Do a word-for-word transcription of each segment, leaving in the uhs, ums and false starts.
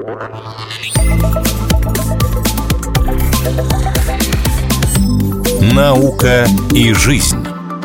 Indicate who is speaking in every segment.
Speaker 1: Наука и жизнь.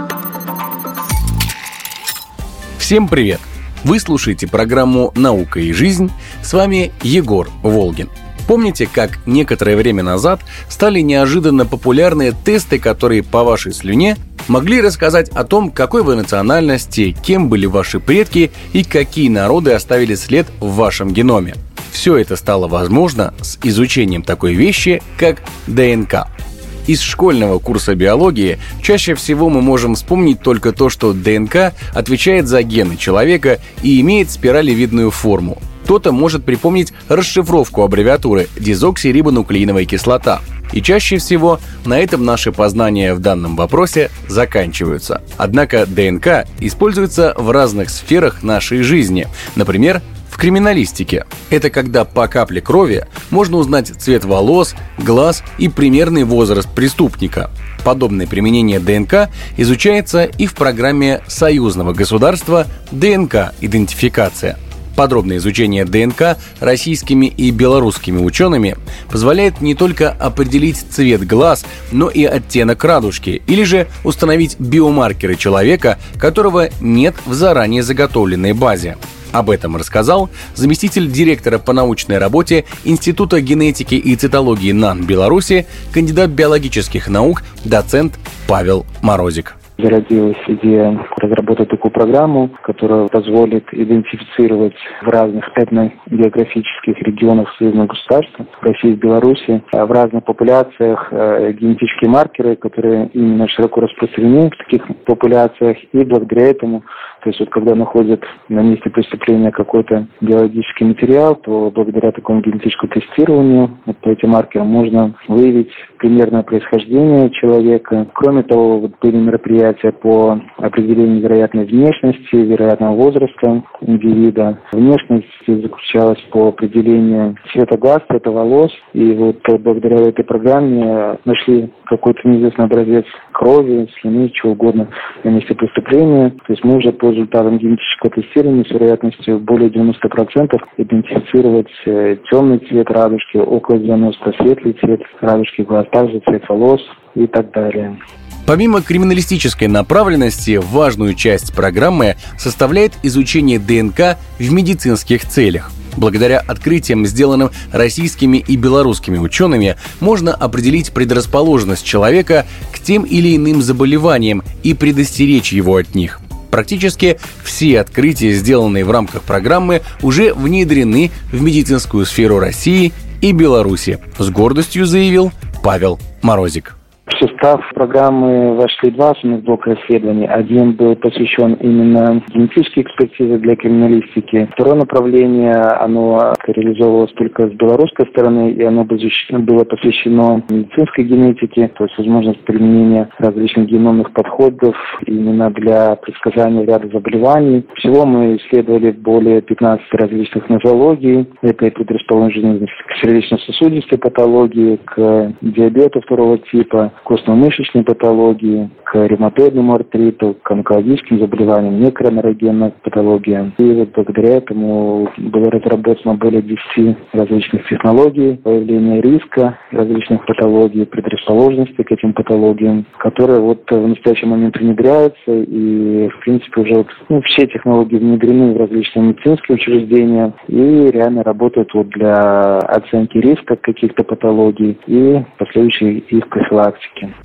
Speaker 2: Всем привет! Вы слушаете программу «Наука и жизнь». С вами Егор Волгин. Помните, как некоторое время назад стали неожиданно популярные тесты, которые по вашей слюне могли рассказать о том, какой вы национальности, кем были ваши предки и какие народы оставили след в вашем геноме? Все это стало возможно с изучением такой вещи, как ДНК. Из школьного курса биологии чаще всего мы можем вспомнить только то, что ДНК отвечает за гены человека и имеет спиралевидную форму. Кто-то может припомнить расшифровку аббревиатуры дезоксирибонуклеиновая кислота. И чаще всего на этом наши познания в данном вопросе заканчиваются. Однако ДНК используется в разных сферах нашей жизни. Например, в криминалистике. Это когда по капле крови можно узнать цвет волос, глаз и примерный возраст преступника. Подобное применение ДНК изучается и в программе союзного государства «ДНК-идентификация». Подробное изучение ДНК российскими и белорусскими учеными позволяет не только определить цвет глаз, но и оттенок радужки, или же установить биомаркеры человека, которого нет в заранее заготовленной базе. Об этом рассказал заместитель директора по научной работе Института генетики и цитологии НАН Беларуси, кандидат биологических наук, доцент Павел Морозик.
Speaker 3: Зародилась идея разработать такую программу, которая позволит идентифицировать в разных этногеографических регионах союзного государства, России и Беларуси, в разных популяциях генетические маркеры, которые именно широко распространены в таких популяциях, и благодаря этому, то есть вот когда находят на месте преступления какой-то биологический материал, то благодаря такому генетическому тестированию вот по этим маркерам можно выявить примерное происхождение человека. Кроме того, вот были мероприятия по определению вероятной внешности, вероятного возраста индивида. Внешность заключалась по определению цвета глаз, цвета волос. И вот благодаря этой программе нашли какой-то неизвестный образец крови, слюны, чего угодно на месте преступления. То есть мы уже по результатам генетического тестирования с вероятностью более девяносто процентов идентифицировать темный цвет радужки, около девяноста процентов светлый цвет радужки глаз, также цвет волос и так далее.
Speaker 2: Помимо криминалистической направленности, важную часть программы составляет изучение ДНК в медицинских целях. Благодаря открытиям, сделанным российскими и белорусскими учеными, можно определить предрасположенность человека к тем или иным заболеваниям и предостеречь его от них. Практически все открытия, сделанные в рамках программы, уже внедрены в медицинскую сферу России и Беларуси, с гордостью заявил Павел Морозик.
Speaker 3: В состав программы вошли два основных блока исследований. Один был посвящен именно генетической экспертизе для криминалистики. Второе направление, оно реализовывалось только с белорусской стороны, и оно было посвящено медицинской генетике, то есть возможность применения различных геномных подходов именно для предсказания ряда заболеваний. Всего мы исследовали более пятнадцати различных нозологий. Это и предрасположенность к сердечно-сосудистой патологии, к диабету второго типа, костно-мышечной патологии, к ревматоидному артриту, к онкологическим заболеваниям, некронейрогенной патологии. И вот благодаря этому было разработано более десяти различных технологий выявления риска различных патологий, предрасположенности к этим патологиям, которые вот в настоящий момент внедряются, и в принципе уже вот, ну, все технологии внедрены в различные медицинские учреждения и реально работают вот для оценки риска каких-то патологий и последующей их профилактики.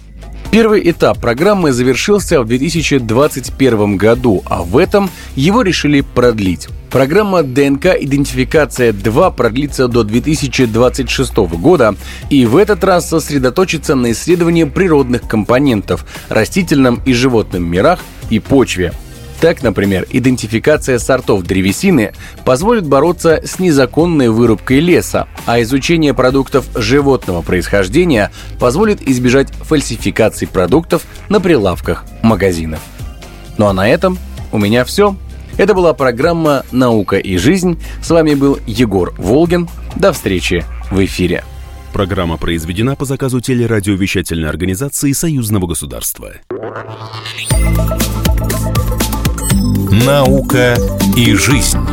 Speaker 2: Первый этап программы завершился в две тысячи двадцать первом году, а в этом его решили продлить. Программа ДНК-идентификация-два продлится до две тысячи двадцать шестого года и в этот раз сосредоточится на исследовании природных компонентов в растительном и животном мирах и почве. Так, например, идентификация сортов древесины позволит бороться с незаконной вырубкой леса, а изучение продуктов животного происхождения позволит избежать фальсификации продуктов на прилавках магазинов. Ну а на этом у меня все. Это была программа «Наука и жизнь». С вами был Егор Волгин. До встречи в эфире.
Speaker 1: Программа произведена по заказу телерадиовещательной организации Союзного государства. «Наука и жизнь».